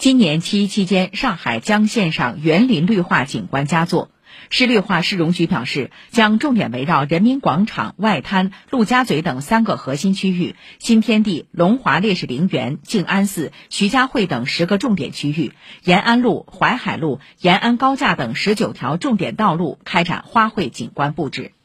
今年7·1期间，上海将献上园林绿化景观佳作。市绿化市容局表示，将重点围绕人民广场、外滩、陆家嘴等3个核心区域、新天地、龙华烈士陵园、静安寺、徐家汇等10个重点区域、延安路、淮海路、延安高架等19条重点道路开展花卉景观布置。